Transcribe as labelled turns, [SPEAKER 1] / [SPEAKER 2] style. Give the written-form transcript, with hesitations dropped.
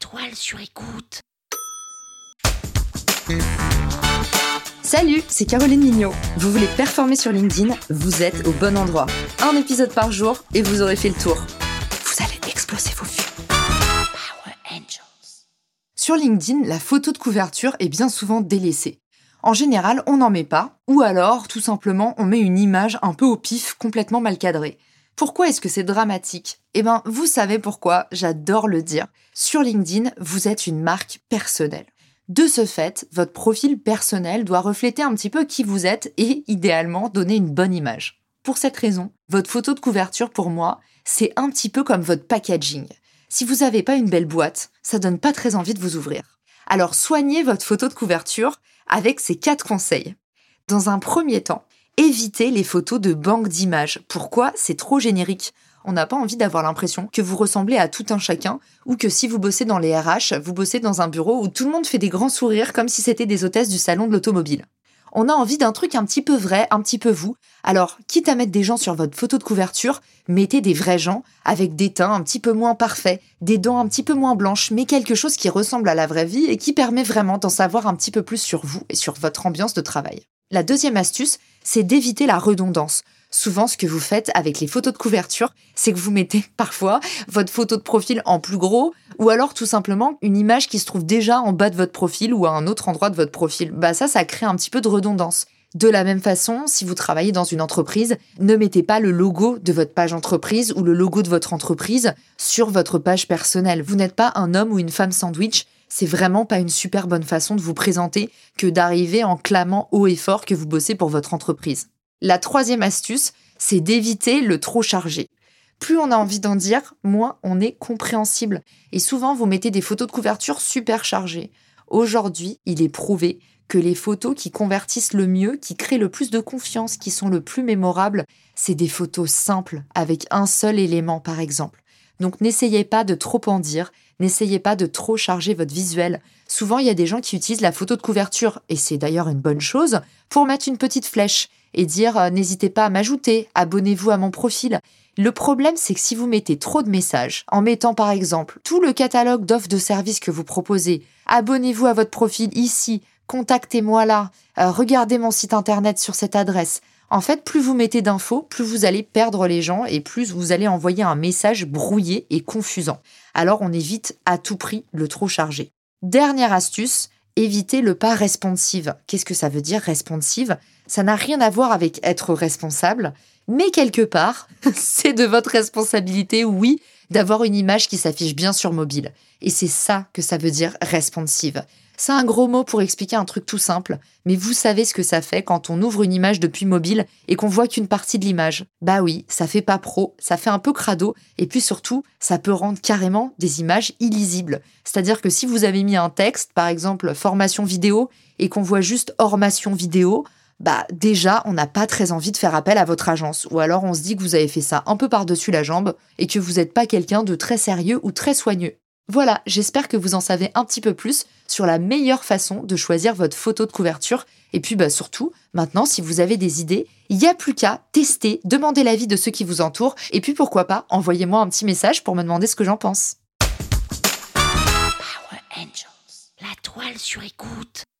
[SPEAKER 1] toile sur écoute.
[SPEAKER 2] Salut, c'est Caroline Mignot. Vous voulez performer sur LinkedIn? Vous êtes au bon endroit. Un épisode par jour et vous aurez fait le tour. Vous allez exploser vos vues.
[SPEAKER 1] Power Angels.
[SPEAKER 2] Sur LinkedIn, la photo de couverture est bien souvent délaissée. En général, on n'en met pas, ou alors, tout simplement, on met une image un peu au pif, complètement mal cadrée. Pourquoi est-ce que c'est dramatique ? Vous savez pourquoi, j'adore le dire. Sur LinkedIn, vous êtes une marque personnelle. De ce fait, votre profil personnel doit refléter un petit peu qui vous êtes et, idéalement, donner une bonne image. Pour cette raison, votre photo de couverture, pour moi, c'est un petit peu comme votre packaging. Si vous n'avez pas une belle boîte, ça donne pas très envie de vous ouvrir. Alors, soignez votre photo de couverture avec ces 4 conseils. Dans un premier temps, évitez les photos de banque d'images. Pourquoi ? C'est trop générique. On n'a pas envie d'avoir l'impression que vous ressemblez à tout un chacun ou que si vous bossez dans les RH, vous bossez dans un bureau où tout le monde fait des grands sourires comme si c'était des hôtesses du salon de l'automobile. On a envie d'un truc un petit peu vrai, un petit peu vous. Alors, quitte à mettre des gens sur votre photo de couverture, mettez des vrais gens avec des teints un petit peu moins parfaits, des dents un petit peu moins blanches, mais quelque chose qui ressemble à la vraie vie et qui permet vraiment d'en savoir un petit peu plus sur vous et sur votre ambiance de travail. La deuxième astuce, c'est d'éviter la redondance. Souvent, ce que vous faites avec les photos de couverture, c'est que vous mettez parfois votre photo de profil en plus gros ou alors tout simplement une image qui se trouve déjà en bas de votre profil ou à un autre endroit de votre profil. Ça crée un petit peu de redondance. De la même façon, si vous travaillez dans une entreprise, ne mettez pas le logo de votre page entreprise ou le logo de votre entreprise sur votre page personnelle. Vous n'êtes pas un homme ou une femme sandwich. C'est vraiment pas une super bonne façon de vous présenter que d'arriver en clamant haut et fort que vous bossez pour votre entreprise. La troisième astuce, c'est d'éviter le trop chargé. Plus on a envie d'en dire, moins on est compréhensible. Et souvent, vous mettez des photos de couverture super chargées. Aujourd'hui, il est prouvé que les photos qui convertissent le mieux, qui créent le plus de confiance, qui sont le plus mémorables, c'est des photos simples, avec un seul élément par exemple. Donc n'essayez pas de trop en dire, n'essayez pas de trop charger votre visuel. Souvent, il y a des gens qui utilisent la photo de couverture, et c'est d'ailleurs une bonne chose, pour mettre une petite flèche et dire « n'hésitez pas à m'ajouter, abonnez-vous à mon profil ». Le problème, c'est que si vous mettez trop de messages, en mettant par exemple tout le catalogue d'offres de services que vous proposez, abonnez-vous à votre profil ici, contactez-moi là, regardez mon site internet sur cette adresse. En fait, plus vous mettez d'infos, plus vous allez perdre les gens et plus vous allez envoyer un message brouillé et confusant. Alors, on évite à tout prix le trop chargé. Dernière astuce, évitez le pas responsive. Qu'est-ce que ça veut dire responsive ? Ça n'a rien à voir avec être responsable, mais quelque part, c'est de votre responsabilité, oui, d'avoir une image qui s'affiche bien sur mobile. Et c'est ça que ça veut dire responsive. C'est un gros mot pour expliquer un truc tout simple, mais vous savez ce que ça fait quand on ouvre une image depuis mobile et qu'on voit qu'une partie de l'image. Bah oui, ça fait pas pro, ça fait un peu crado, et puis surtout, ça peut rendre carrément des images illisibles. C'est-à-dire que si vous avez mis un texte, par exemple formation vidéo, et qu'on voit juste formation vidéo, déjà, on n'a pas très envie de faire appel à votre agence. Ou alors on se dit que vous avez fait ça un peu par-dessus la jambe et que vous n'êtes pas quelqu'un de très sérieux ou très soigneux. Voilà, j'espère que vous en savez un petit peu plus sur la meilleure façon de choisir votre photo de couverture. Et puis surtout, maintenant, si vous avez des idées, il n'y a plus qu'à tester, demander l'avis de ceux qui vous entourent. Et puis pourquoi pas, envoyez-moi un petit message pour me demander ce que j'en pense.
[SPEAKER 1] Power Angels. La toile sur écoute.